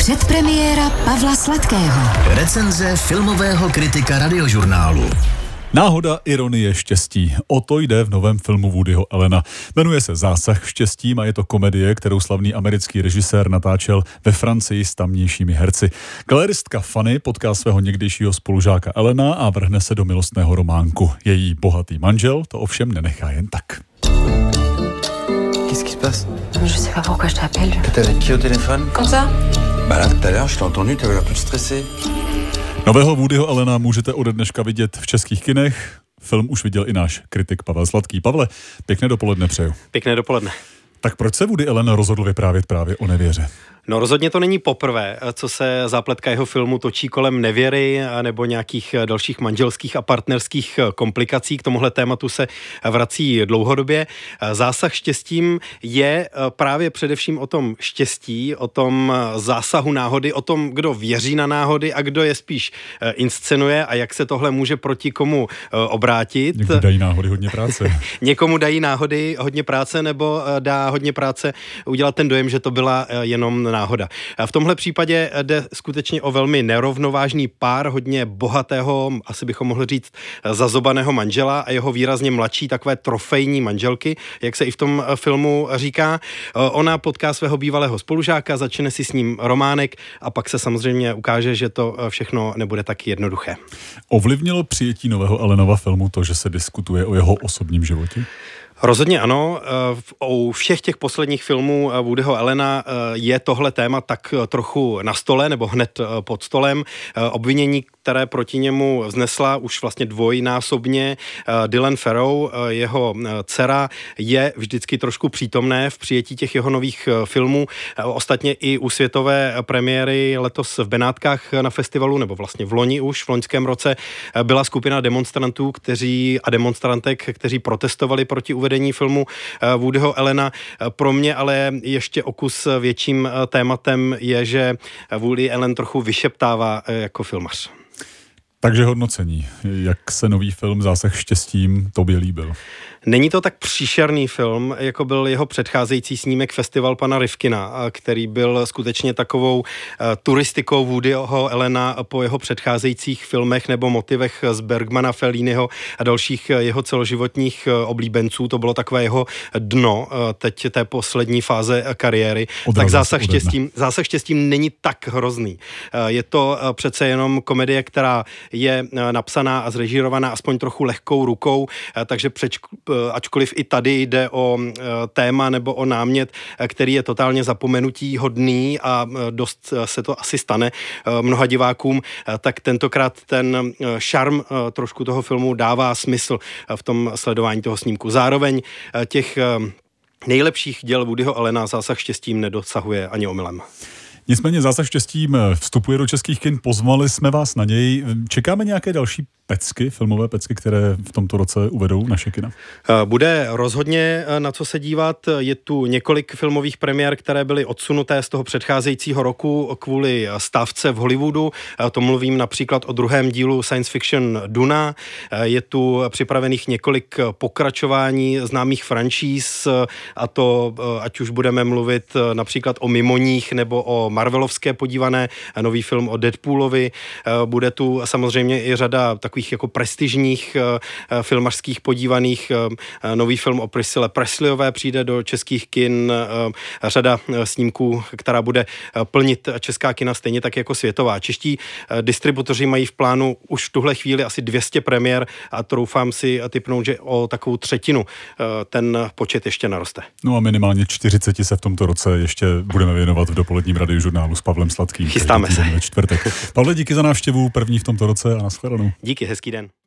Předpremiéra Pavla Sladkého. Recenze filmového kritika Radiožurnálu. Náhoda, ironie, štěstí. O to jde v novém filmu Woodyho Allena. Jmenuje se Zásah štěstím a je to komedie, kterou slavný americký režisér natáčel ve Francii s tamnějšími herci. Galeristka Fanny potká svého někdejšího spolužáka Allena a vrhne se do milostného románku. Její bohatý manžel to ovšem nenechá jen tak. Qu'est-ce qui se passe? Je sais pas pourquoi je t'appelle. T'es avec qui au téléphone? Comme ça? Bah là, tout à l'heure, je t'ai entendu, t'avais l'air toute stressée. Nového Woodyho Allena můžete ode dneška vidět v českých kinech. Film už viděl i náš kritik Pavel Sladký. Pavle, pěkné dopoledne přeju. Pěkné dopoledne. Tak proč se Woody Allen rozhodl vyprávět právě o nevěře? No rozhodně to není poprvé, co se zápletka jeho filmu točí kolem nevěry nebo nějakých dalších manželských a partnerských komplikací. K tomuhle tématu se vrací dlouhodobě. Zásah štěstím je právě především o tom štěstí, o tom zásahu náhody, o tom, kdo věří na náhody a kdo je spíš inscenuje a jak se tohle může proti komu obrátit. Někomu dají náhody hodně práce. Někomu dají náhody hodně práce nebo dá hodně práce udělat ten dojem, že to byla jenom náhoda. V tomhle případě jde skutečně o velmi nerovnovážný pár, hodně bohatého, asi bychom mohli říct, zazobaného manžela a jeho výrazně mladší takové trofejní manželky, jak se i v tom filmu říká. Ona potká svého bývalého spolužáka, začne si s ním románek a pak se samozřejmě ukáže, že to všechno nebude tak jednoduché. Ovlivnilo přijetí nového Allenova filmu to, že se diskutuje o jeho osobním životě? Rozhodně ano. U všech těch posledních filmů Woodyho Allena je tohle téma tak trochu na stole nebo hned pod stolem. Obvinění, které proti němu vznesla už vlastně dvojnásobně Dylan Farrow, jeho dcera, je vždycky trošku přítomné v přijetí těch jeho nových filmů. Ostatně i u světové premiéry letos v Benátkách na festivalu, nebo vlastně v loni už, v loňském roce, byla skupina demonstrantů a demonstrantek, kteří protestovali proti uvedení filmu Woodyho Allena. Pro mě ale ještě o kus větším tématem je, že Woody Allen trochu vyšeptává jako filmař. Takže hodnocení. Jak se nový film Zásah štěstím tobě líbil? Není to tak příšerný film, jako byl jeho předcházející snímek Festival pana Rifkina, který byl skutečně takovou turistikou Woodyho Allena po jeho předcházejících filmech nebo motivech z Bergmana, Felliniho a dalších jeho celoživotních oblíbenců. To bylo takové jeho dno teď té poslední fáze kariéry. Tak Zásah štěstím není tak hrozný. Je to přece jenom komedie, která je napsaná a zrežírovaná aspoň trochu lehkou rukou, takže ačkoliv i tady jde o téma nebo o námět, který je totálně zapomenutí hodný a dost se to asi stane mnoha divákům, tak tentokrát ten šarm trošku toho filmu dává smysl v tom sledování toho snímku. Zároveň těch nejlepších děl Woodyho Allena Zásah štěstím nedosahuje ani omylem. Nicméně Zásah štěstím vstupuje do českých kin, pozvali jsme vás na něj. Čekáme nějaké další pecky, filmové pecky, které v tomto roce uvedou naše kina? Bude rozhodně na co se dívat. Je tu několik filmových premiér, které byly odsunuté z toho předcházejícího roku kvůli stávce v Hollywoodu. To mluvím například o druhém dílu science fiction Duna. Je tu připravených několik pokračování známých franšíz, a to ať už budeme mluvit například o Mimoních nebo o marvelovské podívané, nový film o Deadpoolovi. Bude tu samozřejmě i řada takových jako prestižních filmařských podívaných. Nový film o Priscille Presleyové přijde do českých kin. Řada snímků, která bude plnit česká kina stejně tak jako světová. Čeští distributoři mají v plánu už v tuhle chvíli asi 200 premiér a troufám si tipnout, že o takovou třetinu ten počet ještě naroste. No a minimálně 40 se v tomto roce ještě budeme věnovat v dopoledním Radiožurnálu s Pavlem Sladkým. Chystáme se. Ve čtvrtek. Pavle, díky za návštěvu, první v tomto roce a nashledanou. Díky, hezký den.